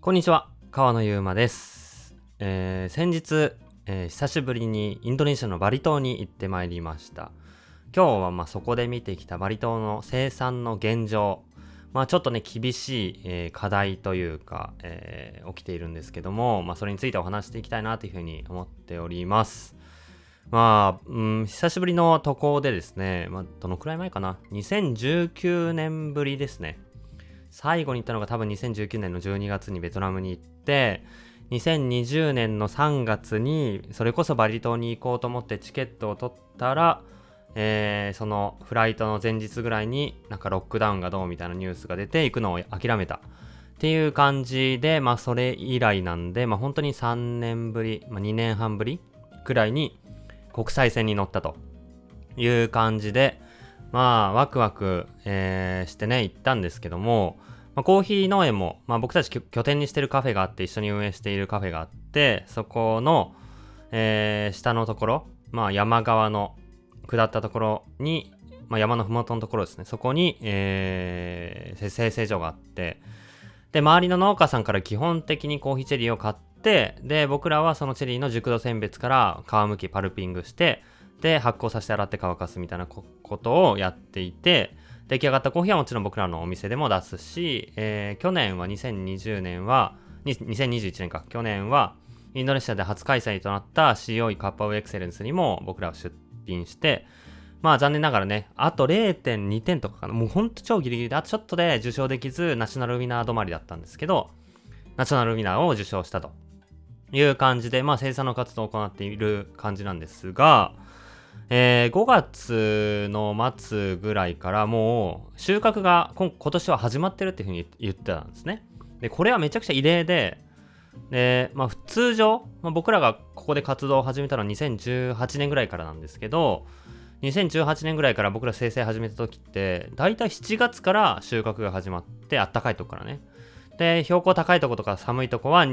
こんにちは、川野ゆうまです。先日、久しぶりにインドネシアのバリ島に行ってまいりました。今日はそこで見てきたバリ島の生産の現状、ちょっとね厳しい、課題というか、起きているんですけども、それについてお話していきたいなというふうに思っております。久しぶりの渡航でですね、どのくらい前かな、2019年ぶりですね。最後に行ったのが多分2019年の12月にベトナムに行って、2020年の3月にそれこそバリ島に行こうと思ってチケットを取ったら、そのフライトの前日ぐらいになんかロックダウンがどうみたいなニュースが出て行くのを諦めたっていう感じで、それ以来なんで、本当に3年ぶり、2年半ぶりくらいに国際線に乗ったという感じで、ワクワク、してね行ったんですけども、コーヒー農園も、僕たち拠点にしてるカフェがあって、一緒に運営しているカフェがあって、そこの、下のところ、山側の下ったところに、山のふもとのところですね、そこに、生成所があって、で周りの農家さんから基本的にコーヒーチェリーを買って、で僕らはそのチェリーの熟度選別から皮むきパルピングして、で発酵させて洗って乾かすみたいなことをやっていて、出来上がったコーヒーはもちろん僕らのお店でも出すし、去年は2020年は2021年か、去年はインドネシアで初開催となった COE カッパオブエクセレンスにも僕らは出品して、残念ながらね、あと 0.2 点とかかな、もうほんと超ギリギリであとちょっとで受賞できず、ナショナルウィナー止まりだったんですけど、ナショナルウィナーを受賞したという感じで、生産の活動を行っている感じなんですが、5月の末ぐらいからもう収穫が今年は始まってるっていう風に言ってたんですね。でこれはめちゃくちゃ異例で、通常、僕らがここで活動を始めたのは2018年ぐらいからなんですけど、2018年ぐらいから僕ら生成始めた時ってだいたい7月から収穫が始まって、あったかいとこからね、で標高高いとことか寒いとこは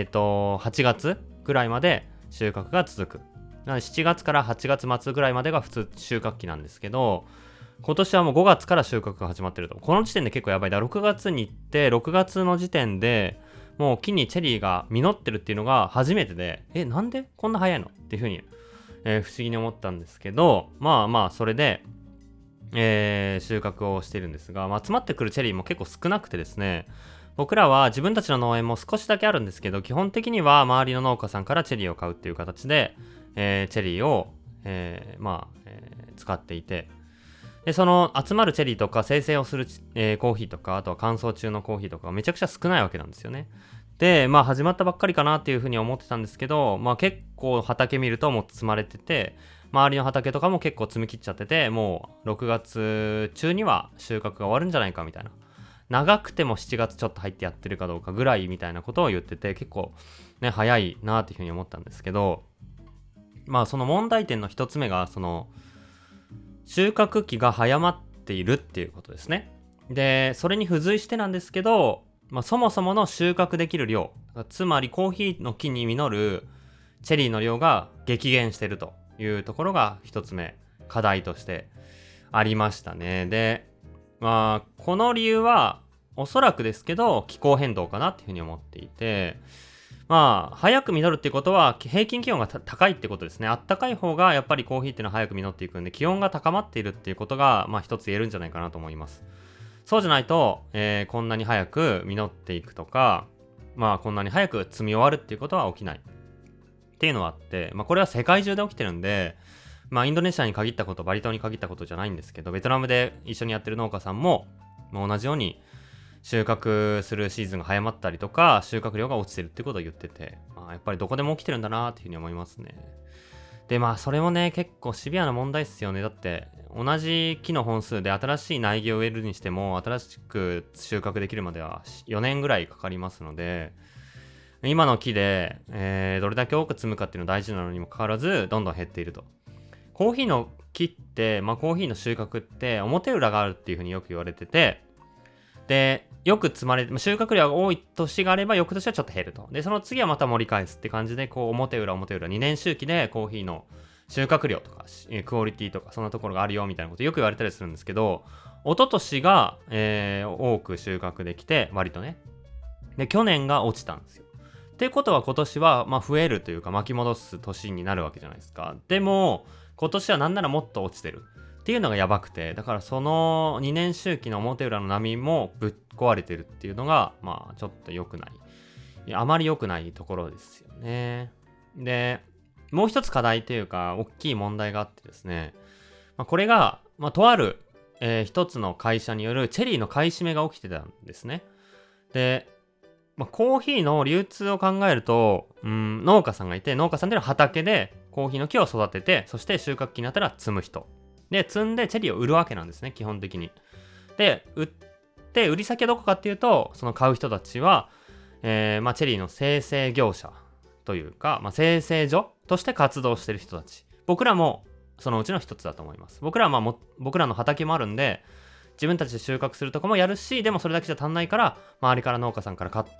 8月ぐらいまで収穫が続く。なので7月から8月末ぐらいまでが普通収穫期なんですけど、今年はもう5月から収穫が始まってると。この時点で結構やばい。6月に行って、6月の時点でもう木にチェリーが実ってるっていうのが初めてで、なんでこんな早いのっていう風に、不思議に思ったんですけど、それで、収穫をしているんですが、集まってくるチェリーも結構少なくてですね、僕らは自分たちの農園も少しだけあるんですけど、基本的には周りの農家さんからチェリーを買うっていう形で、チェリーを、使っていて、でその集まるチェリーとか生成をする、コーヒーとか、あとは乾燥中のコーヒーとかめちゃくちゃ少ないわけなんですよね。で始まったばっかりかなっていうふうに思ってたんですけど、結構畑見るともう積まれてて、周りの畑とかも結構積み切っちゃってて、もう6月中には収穫が終わるんじゃないかみたいな、長くても7月ちょっと入ってやってるかどうかぐらいみたいなことを言ってて、結構ね早いなっていうふうに思ったんですけど、その問題点の一つ目が、その収穫期が早まっているっていうことですね。でそれに付随してなんですけど、そもそもの収穫できる量、つまりコーヒーの木に実るチェリーの量が激減しているというところが一つ目課題としてありましたね。でこの理由はおそらくですけど気候変動かなっていうふうに思っていて、早く実るってことは平均気温が高いってことですね。あったかい方がやっぱりコーヒーっていうのは早く実っていくんで、気温が高まっているっていうことが一つ言えるんじゃないかなと思います。そうじゃないと、こんなに早く実っていくとか、こんなに早く摘み終わるっていうことは起きないっていうのはあって、これは世界中で起きてるんで、インドネシアに限ったこと、バリ島に限ったことじゃないんですけど、ベトナムで一緒にやってる農家さんも、同じように収穫するシーズンが早まったりとか、収穫量が落ちてるってことを言ってて、やっぱりどこでも起きてるんだなっていうふうに思いますね。でそれもね結構シビアな問題ですよね。だって同じ木の本数で新しい苗木を植えるにしても、新しく収穫できるまでは4年ぐらいかかりますので、今の木で、どれだけ多く積むかっていうの大事なのにもかかわらずどんどん減っていると。コーヒーの木って、コーヒーの収穫って表裏があるっていうふうによく言われてて、でよく積まれて、収穫量が多い年があれば翌年はちょっと減ると。でその次はまた盛り返すって感じで、こう表裏2年周期でコーヒーの収穫量とかクオリティとかそんなところがあるよみたいなことよく言われたりするんですけど、一昨年が、多く収穫できて割とね、 で、去年が落ちたんですよ。っていうことは今年は増えるというか巻き戻す年になるわけじゃないですか。でも今年はなんならもっと落ちてるっていうのがやばくて、だからその2年周期の表裏の波もぶっ壊れてるっていうのがちょっと良くない、あまり良くないところですよね。で、もう一つ課題というか大きい問題があってですね、これが、とある、一つの会社によるチェリーの買い占めが起きてたんですね。で、コーヒーの流通を考えると、農家さんがいて、農家さんでの畑でコーヒーの木を育てて、そして収穫期になったら摘む人。で、摘んでチェリーを売るわけなんですね、基本的に。で、売って、売り先はどこかっていうと、その買う人たちは、チェリーの生成業者というか、生成所として活動してる人たち。僕らもそのうちの一つだと思います。僕らは僕らの畑もあるんで、自分たちで収穫するとかもやるし、でもそれだけじゃ足んないから、周りから農家さんから買って、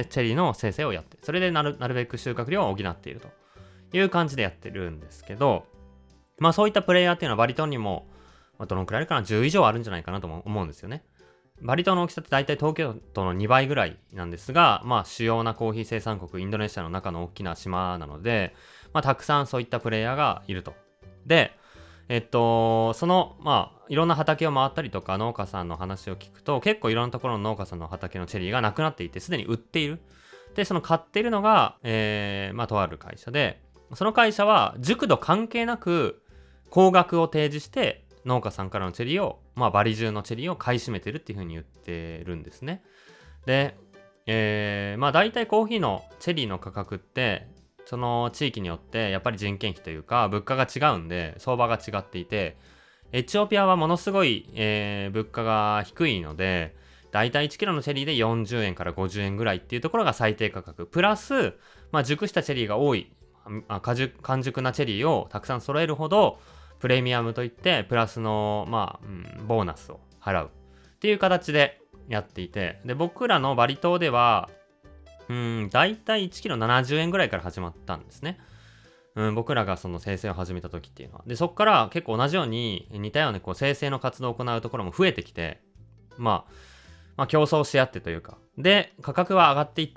チェリーの生成をやって、それでなるべく収穫量を補っているという感じでやってるんですけど、そういったプレイヤーっていうのはバリ島にも、どのくらいあるかな、10以上あるんじゃないかなとも思うんですよね。バリ島の大きさって大体東京都の2倍ぐらいなんですが、主要なコーヒー生産国インドネシアの中の大きな島なので、たくさんそういったプレイヤーがいると。で、そのいろんな畑を回ったりとか農家さんの話を聞くと、結構いろんなところの農家さんの畑のチェリーがなくなっていて、すでに売っている。で、その買っているのが、とある会社で、その会社は熟度関係なく高額を提示して農家さんからのチェリーを、バリ中のチェリーを買い占めてるっていう風に言ってるんですね。で、大体コーヒーのチェリーの価格ってその地域によってやっぱり人件費というか物価が違うんで相場が違っていて、エチオピアはものすごい、物価が低いので、だいたい1キロのチェリーで40円から50円ぐらいっていうところが最低価格。プラス、熟したチェリーが多い、完熟なチェリーをたくさん揃えるほど、プレミアムといって、プラスの、ボーナスを払うっていう形でやっていて、で、僕らのバリ島では、だいたい1キロ70円ぐらいから始まったんですね。僕らがその生成を始めた時っていうのは。で、そこから結構同じように似たような生成の活動を行うところも増えてきて、競争し合ってというか。で、価格は上がっていって、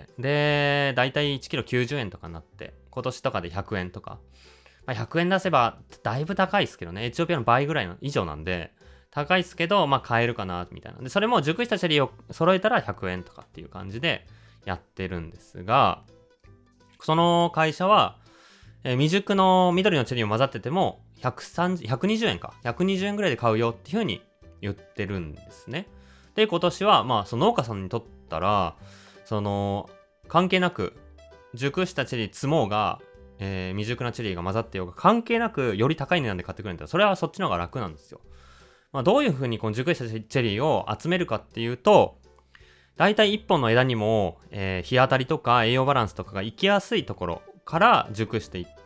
で、だいたい1キロ90円とかになって、今年とかで100円とか。100円出せばだいぶ高いですけどね。エチオピアの倍ぐらいの以上なんで、高いですけど、買えるかな、みたいな。で、それも熟したチェリーを揃えたら100円とかっていう感じでやってるんですが、その会社は、未熟の緑のチェリーを混ざってても、120円か。120円ぐらいで買うよっていう風に言ってるんですね。で、今年は、その農家さんにとったら、関係なく、熟したチェリー積もうが、未熟なチェリーが混ざってようが関係なくより高い値段で買ってくれるんだったら、それはそっちの方が楽なんですよ。どういう風にこの熟したチェリーを集めるかっていうと、だいたい1本の枝にも、日当たりとか栄養バランスとかが行きやすいところから熟していって、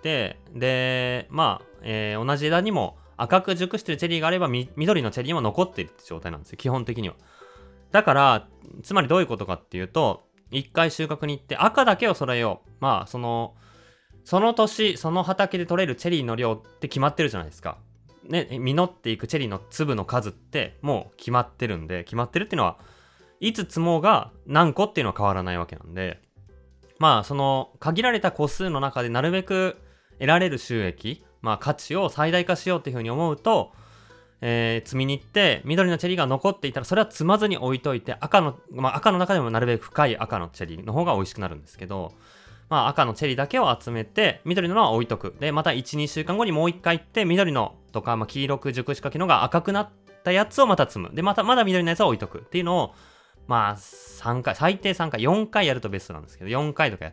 で、同じ枝にも赤く熟してるチェリーがあれば緑のチェリーも残っているって状態なんですよ、基本的には。だから、つまりどういうことかっていうと、一回収穫に行って赤だけを揃えよう。その年、その畑で取れるチェリーの量って決まってるじゃないですか。ね、実っていくチェリーの粒の数ってもう決まってるんで、決まってるっていうのは、いつ積もうが何個っていうのは変わらないわけなんで、その限られた個数の中でなるべく得られる収益、価値を最大化しようっていうふうに思うと、積みに行って緑のチェリーが残っていたらそれは積まずに置いといて赤の中でもなるべく深い赤のチェリーの方が美味しくなるんですけど、赤のチェリーだけを集めて緑のは置いとく。でまた 1,2 週間後にもう一回行って緑のとか、黄色く熟しかけのが赤くなったやつをまた積む。でまだ緑のやつは置いとくっていうのを3回、最低3回、4回やるとベストなんですけど、4回とかやって、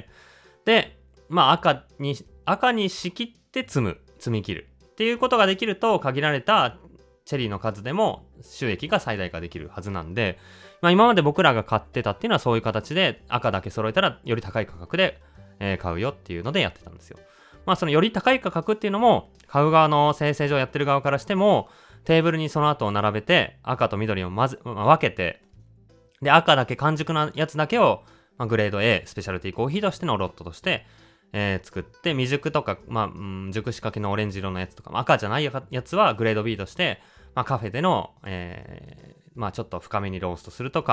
で、赤に仕切って積み切る。っていうことができると、限られたチェリーの数でも収益が最大化できるはずなんで、今まで僕らが買ってたっていうのはそういう形で赤だけ揃えたらより高い価格で、買うよっていうのでやってたんですよ。そのより高い価格っていうのも、買う側の生成所をやってる側からしても、テーブルにその後を並べて、赤と緑を分けて、で、赤だけ完熟なやつだけを、グレード A、スペシャルティーコーヒーとしてのロットとして、作って、未熟とか、熟しかけのオレンジ色のやつとか、赤じゃないやつはグレード B として、カフェでの、ちょっと深めにローストするとか、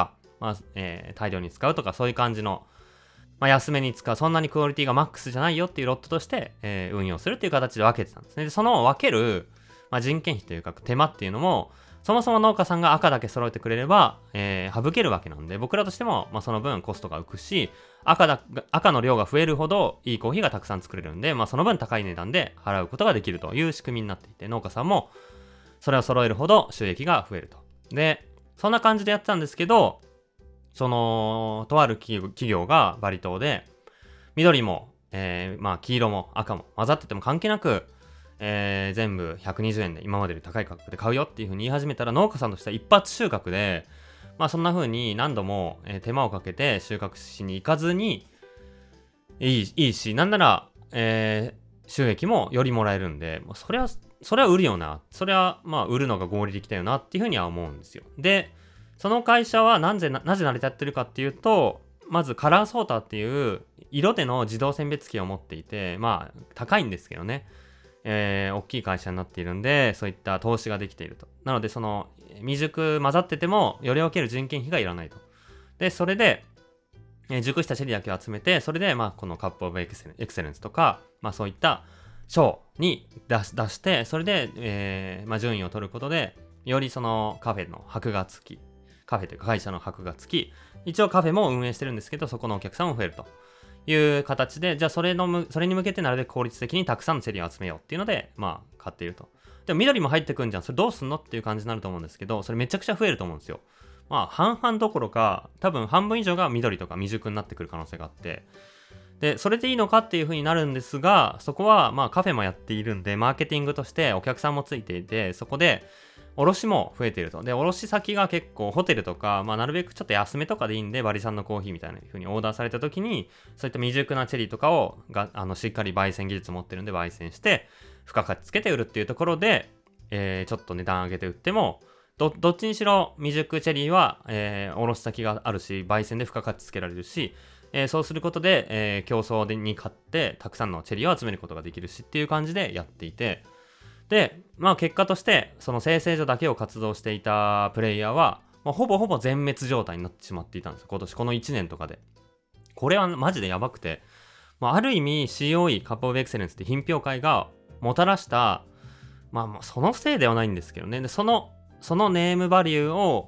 大量に使うとかそういう感じの、安めに使う、そんなにクオリティがマックスじゃないよっていうロットとして、運用するっていう形で分けてたんですね。でその分ける、人件費というか手間っていうのもそもそも農家さんが赤だけ揃えてくれれば、省けるわけなんで、僕らとしても、その分コストが浮くし、赤の量が増えるほどいいコーヒーがたくさん作れるんで、その分高い値段で払うことができるという仕組みになっていて、農家さんもそれを揃えるほど収益が増えると。で、そんな感じでやってたんですけど、とある企業がバリ島で、緑も、黄色も赤も混ざってても関係なく、全部120円で今までより高い価格で買うよっていう風に言い始めたら、農家さんとしては一発収穫で、そんな風に何度も、手間をかけて収穫しに行かずにいいし、なんなら、収益もよりもらえるんで、それは売るよな。それは売るのが合理的だよなっていう風には思うんですよ。で、その会社はなぜ成り立ってるかっていうと、まずカラーソーターっていう色での自動選別機を持っていて、高いんですけどね。大きい会社になっているんで、そういった投資ができていると。なので、その未熟混ざっててもより分ける人件費がいらないと。で、それで、熟したチェリーだけを集めて、それでこのカップオブエクセレンスとか、そういった賞に出して、それで、順位を取ることで、よりそのカフェの箔がつき、カフェというか会社の箔がつき、一応カフェも運営してるんですけど、そこのお客さんも増えるという形で、じゃあそれに向けてなるべく効率的にたくさんのチェリーを集めようっていうので、買っていると。でも緑も入ってくんじゃん、それどうすんのっていう感じになると思うんですけど、それめちゃくちゃ増えると思うんですよ。半々どころか、多分半分以上が緑とか未熟になってくる可能性があって、で、それでいいのかっていう風になるんですが、そこはカフェもやっているんで、マーケティングとしてお客さんもついていて、そこで、卸も増えていると。で、卸先が結構ホテルとか、なるべくちょっと安めとかでいいんで、バリ産のコーヒーみたいな風にオーダーされた時に、そういった未熟なチェリーとかをしっかり焙煎技術持ってるんで焙煎して、付加価値つけて売るっていうところで、ちょっと値段上げて売っても、どっちにしろ未熟チェリーは、卸先があるし、焙煎で付加価値つけられるし、そうすることで、競争に勝ってたくさんのチェリーを集めることができるしっていう感じでやっていて、で、結果としてその精製所だけを活動していたプレイヤーは、ほぼほぼ全滅状態になってしまっていたんですよ、今年この1年とかで。これはマジでやばくて、ある意味 COE カップオブエクセレンスって品評会がもたらした、そのせいではないんですけどね。でそのネームバリューを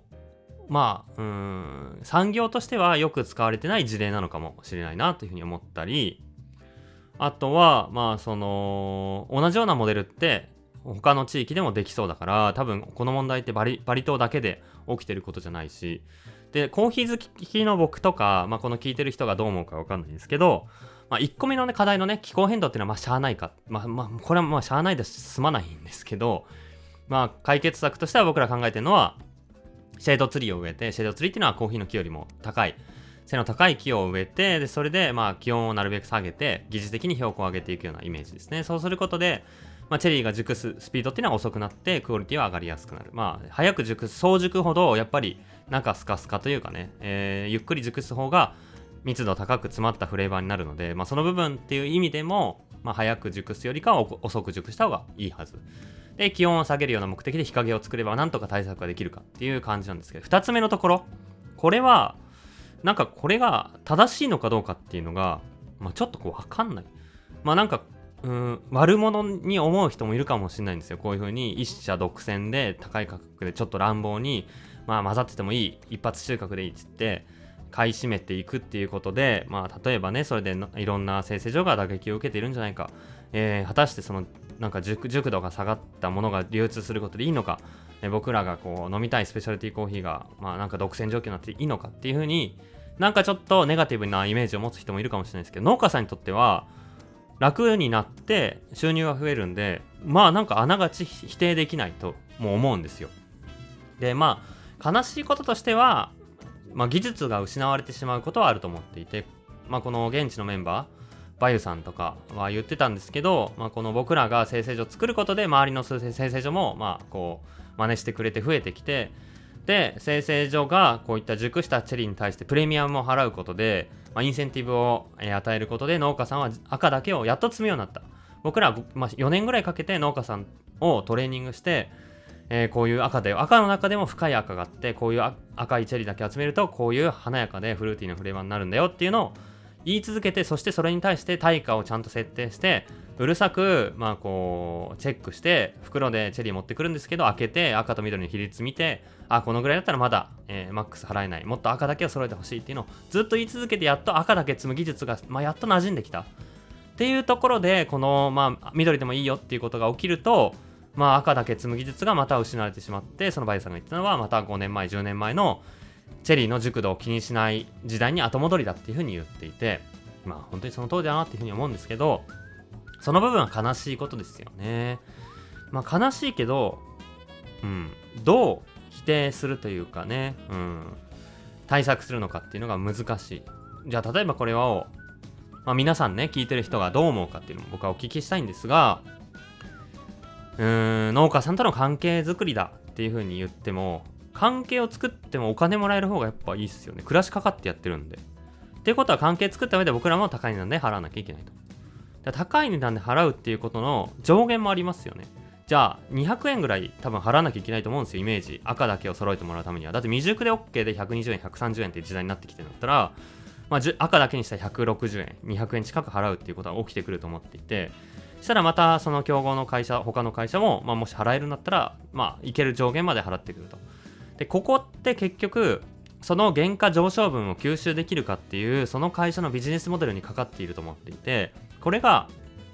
産業としてはよく使われてない事例なのかもしれないなというふうに思ったり、あとは同じようなモデルって他の地域でもできそうだから、多分この問題ってバリ島だけで起きてることじゃないし、でコーヒー好きの僕とか、この聞いてる人がどう思うか分かんないんですけど、1個目の、課題のね、気候変動っていうのはしゃあないか、これはしゃあないで済まないんですけど、解決策としては僕ら考えてるのは、シェードツリーを植えて、シェードツリーっていうのはコーヒーの木よりも高い背の高い木を植えて、でそれで気温をなるべく下げて疑似的に標高を上げていくようなイメージですね。そうすることで、チェリーが熟すスピードっていうのは遅くなってクオリティは上がりやすくなる。早く熟す早熟ほどやっぱり中スカスカというかね、ゆっくり熟す方が密度高く詰まったフレーバーになるので、その部分っていう意味でも、早く熟すよりかは遅く熟した方がいいはずで、気温を下げるような目的で日陰を作ればなんとか対策ができるかっていう感じなんですけど、2つ目のところ、これはこれが正しいのかどうかっていうのが、ちょっと分かんない。悪者に思う人もいるかもしれないんですよ。こういう風に一社独占で高い価格でちょっと乱暴に、混ざっててもいい、一発収穫でいいっつって買い占めていくっていうことで、例えばね、それでいろんな生成所が打撃を受けているんじゃないか、果たしてその熟度が下がったものが流通することでいいのか、僕らがこう飲みたいスペシャルティーコーヒーが独占状況になっていいのかっていう風にちょっとネガティブなイメージを持つ人もいるかもしれないですけど、農家さんにとっては楽になって収入が増えるんで、あながち否定できないとも思うんですよ。で悲しいこととしては、技術が失われてしまうことはあると思っていて、この現地のメンバーバユさんとかは言ってたんですけど、この僕らが生成所を作ることで周りの生成所もこう真似してくれて増えてきて、で生成所がこういった熟したチェリーに対してプレミアムを払うことで、インセンティブを与えることで農家さんは赤だけをやっと積むようになった。僕らは4年ぐらいかけて農家さんをトレーニングして、 こういう赤だよ、赤の中でも深い赤があって、こういう赤いチェリーだけ集めるとこういう華やかでフルーティーなフレーバーになるんだよっていうのを言い続けて、そしてそれに対して対価をちゃんと設定して、うるさくこうチェックして、袋でチェリー持ってくるんですけど、開けて赤と緑の比率見て、このぐらいだったらまだ、マックス払えない、もっと赤だけを揃えてほしいっていうのをずっと言い続けて、やっと赤だけ積む技術が、やっと馴染んできたっていうところで、この緑でもいいよっていうことが起きると、赤だけ積む技術がまた失われてしまって、そのバイさんが言ったのはまた5年前10年前のチェリーの熟度を気にしない時代に後戻りだっていうふうに言っていて、本当にその通りだなっていうふうに思うんですけど、その部分は悲しいことですよね。悲しいけど、どう否定するというかね、対策するのかっていうのが難しい。じゃあ例えばこれを、皆さんね、聞いてる人がどう思うかっていうのも僕はお聞きしたいんですが、農家さんとの関係づくりだっていう風に言っても、関係を作ってもお金もらえる方がやっぱいいっすよね。暮らしかかってやってるんで。っていうことは、関係作った上で僕らも高い値段で払わなきゃいけないと。高い値段で払うっていうことの上限もありますよね。じゃあ200円ぐらい多分払わなきゃいけないと思うんですよ、イメージ。赤だけを揃えてもらうためには。だって未熟で OK で120円130円っていう時代になってきてるんだったら、赤だけにしたら160円200円近く払うっていうことは起きてくると思っていて、したらまたその競合の会社、他の会社も、もし払えるんだったらいける上限まで払ってくると。でここって結局その原価上昇分を吸収できるかっていう、その会社のビジネスモデルにかかっていると思っていて、これが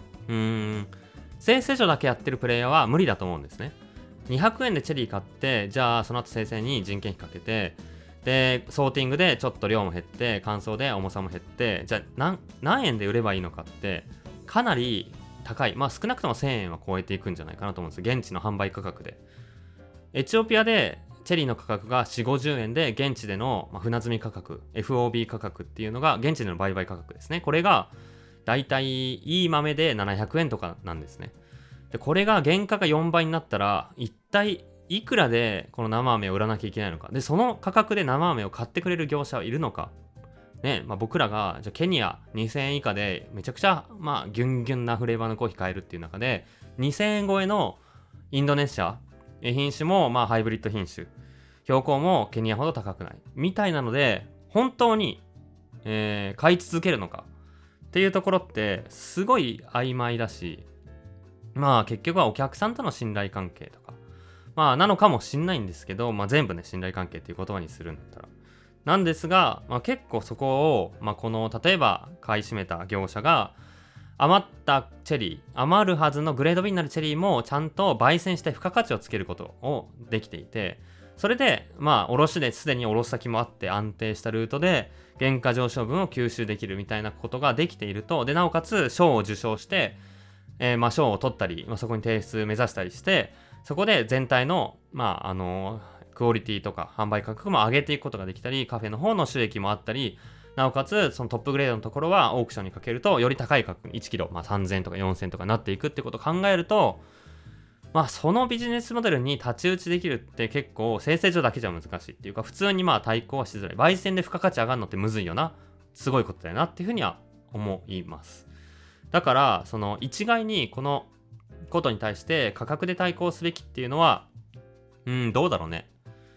精製所だけやってるプレイヤーは無理だと思うんですね。200円でチェリー買って、じゃあその後生成に人件費かけて、でソーティングでちょっと量も減って、乾燥で重さも減って、じゃあ何円で売ればいいのかってかなり高い、少なくとも1000円は超えていくんじゃないかなと思うんですよ、現地の販売価格で。エチオピアでチェリーの価格が4、50円で、現地での、船積み価格 FOB 価格っていうのが現地での売買価格ですね。これがだいたいいい豆で700円とかなんですね。でこれが原価が4倍になったら、一体いくらでこの生飴を売らなきゃいけないのか。でその価格で生飴を買ってくれる業者はいるのかね。僕らがじゃあケニア2000円以下でめちゃくちゃギュンギュンなフレーバーのコーヒー買えるっていう中で、2000円超えのインドネシア品種もハイブリッド品種、標高もケニアほど高くないみたいなので、本当に、買い続けるのかっていうところってすごい曖昧だし、結局はお客さんとの信頼関係とかなのかもしんないんですけど、全部ね信頼関係っていう言葉にするんだったらなんですが、結構そこを、この例えば買い占めた業者が余ったチェリー、余るはずのグレード B になるチェリーもちゃんと焙煎して付加価値をつけることをできていて、それで卸ですでに卸先もあって安定したルートで原価上昇分を吸収できるみたいなことができていると、でなおかつ賞を受賞して、賞を取ったり、そこに提出目指したりして、そこで全体のクオリティとか販売価格も上げていくことができたり、カフェの方の収益もあったり、なおかつそのトップグレードのところはオークションにかけるとより高い価格、1キロ、3000円とか4000円とかなっていくってことを考えると、そのビジネスモデルに太刀打ちできるって結構生成所だけじゃ難しいっていうか、普通に対抗はしづらい。焙煎で付加価値上がるのってむずいよな、すごいことだよなっていうふうには思います。だからその一概にこのことに対して価格で対抗すべきっていうのはどうだろうね。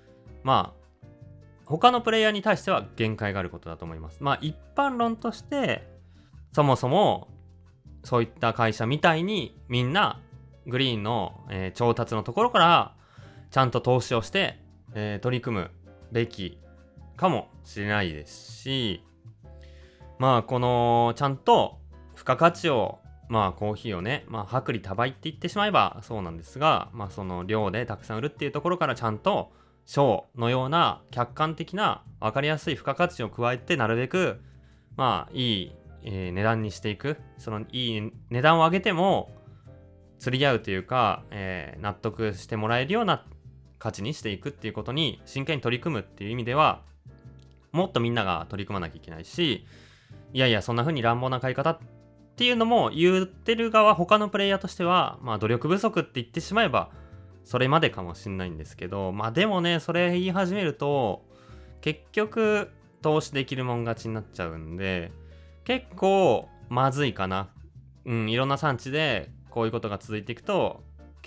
他のプレイヤーに対しては限界があることだと思います。一般論としてそもそもそういった会社みたいにみんなグリーンの、調達のところからちゃんと投資をして、取り組むべきかもしれないですし、このちゃんと付加価値をコーヒーをね、薄利多売って言ってしまえばそうなんですが、その量でたくさん売るっていうところからちゃんと賞のような客観的な分かりやすい付加価値を加えて、なるべくいい、値段にしていく。そのいい値段を上げても釣り合うというか、納得してもらえるような価値にしていくっていうことに真剣に取り組むっていう意味では、もっとみんなが取り組まなきゃいけないし、いやいやそんな風に乱暴な買い方っていうのも言ってる側、他のプレイヤーとしては努力不足って言ってしまえばそれまでかもしんないんですけど、でもね、それ言い始めると結局投資できるもん勝ちになっちゃうんで、結構まずいかな。いろんな産地でこういうことが続いていくと結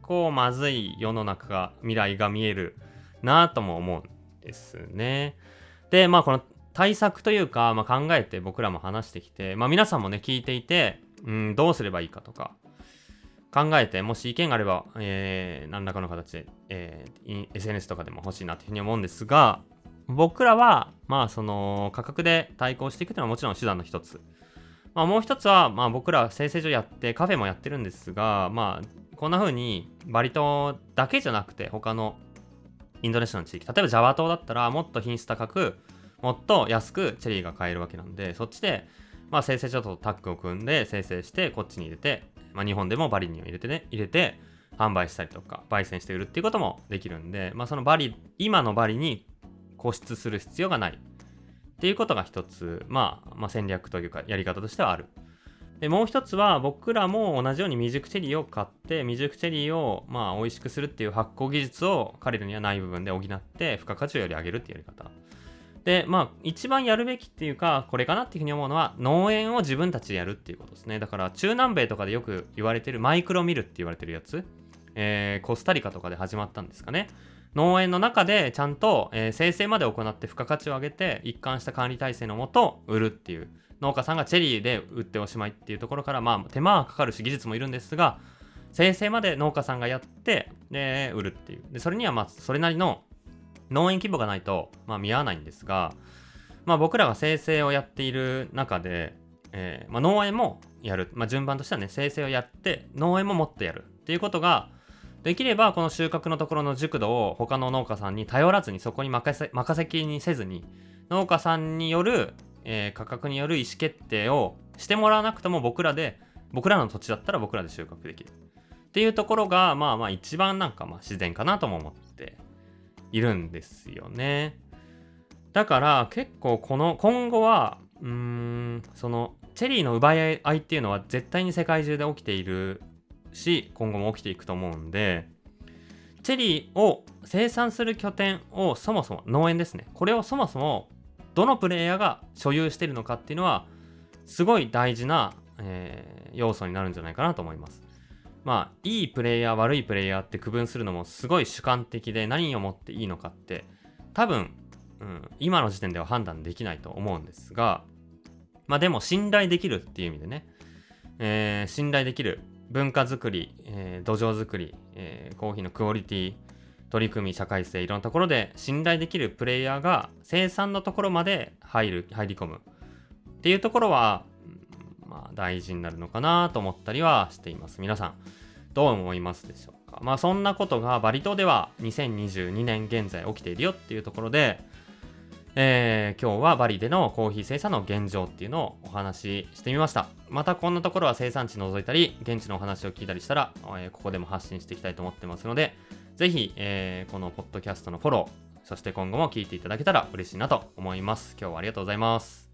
構まずい世の中が未来が見えるなとも思うんですね。でこの対策というか、考えて僕らも話してきて、皆さんもね聞いていて、どうすればいいかとか考えて、もし意見があれば、何らかの形で、SNS とかでも欲しいなというふうに思うんですが、僕らはその価格で対抗していくというのはもちろん手段の一つ。もう一つは、僕ら生成所やってカフェもやってるんですが、こんな風にバリ島だけじゃなくて他のインドネシアの地域、例えばジャワ島だったらもっと品質高くもっと安くチェリーが買えるわけなんで、そっちで生成所とタッグを組んで生成してこっちに入れて、日本でもバリに入れて販売したりとか焙煎して売るっていうこともできるんで、その今のバリに固執する必要がないっていうことが一つ、戦略というかやり方としてはある。でもう一つは、僕らも同じように未熟チェリーを買って未熟チェリーを美味しくするっていう発酵技術を彼らにはない部分で補って付加価値をより上げるっていうやり方で、一番やるべきっていうかこれかなっていうふうに思うのは、農園を自分たちでやるっていうことですね。だから中南米とかでよく言われてるマイクロミルって言われてるやつ、コスタリカとかで始まったんですかね。農園の中でちゃんと、生成まで行って付加価値を上げて一貫した管理体制のもと売るっていう、農家さんがチェリーで売っておしまいっていうところから、手間はかかるし技術もいるんですが、生成まで農家さんがやってで売るっていう。でそれにはそれなりの農園規模がないと、見合わないんですが、僕らが生成をやっている中で、農園もやる、順番としてはね、生成をやって農園ももっとやるっていうことができれば、この収穫のところの熟度を他の農家さんに頼らずに、そこに任せきりにせずに、農家さんによる、価格による意思決定をしてもらわなくても、僕らの土地だったら僕らで収穫できるっていうところが、一番自然かなとも思っているんですよね。だから結構今後はそのチェリーの奪い合いっていうのは絶対に世界中で起きているし、今後も起きていくと思うんで、チェリーを生産する拠点をそもそも農園ですね、これをそもそもどのプレイヤーが所有しているのかっていうのはすごい大事な、要素になるんじゃないかなと思います。いいプレイヤー悪いプレイヤーって区分するのもすごい主観的で、何をもっていいのかって多分、今の時点では判断できないと思うんですが、でも信頼できるっていう意味でね、信頼できる文化づくり、土壌づくり、コーヒーのクオリティ、取り組み、社会性、いろんなところで信頼できるプレイヤーが生産のところまで入り込むっていうところは、大事になるのかなと思ったりはしています。皆さんどう思いますでしょうか。そんなことがバリ島では2022年現在起きているよっていうところで、今日はバリでのコーヒー生産の現状っていうのをお話ししてみました。またこんなところは生産地覗いたり現地のお話を聞いたりしたら、ここでも発信していきたいと思ってますので、ぜひ、このポッドキャストのフォロー、そして今後も聞いていただけたら嬉しいなと思います。今日はありがとうございます。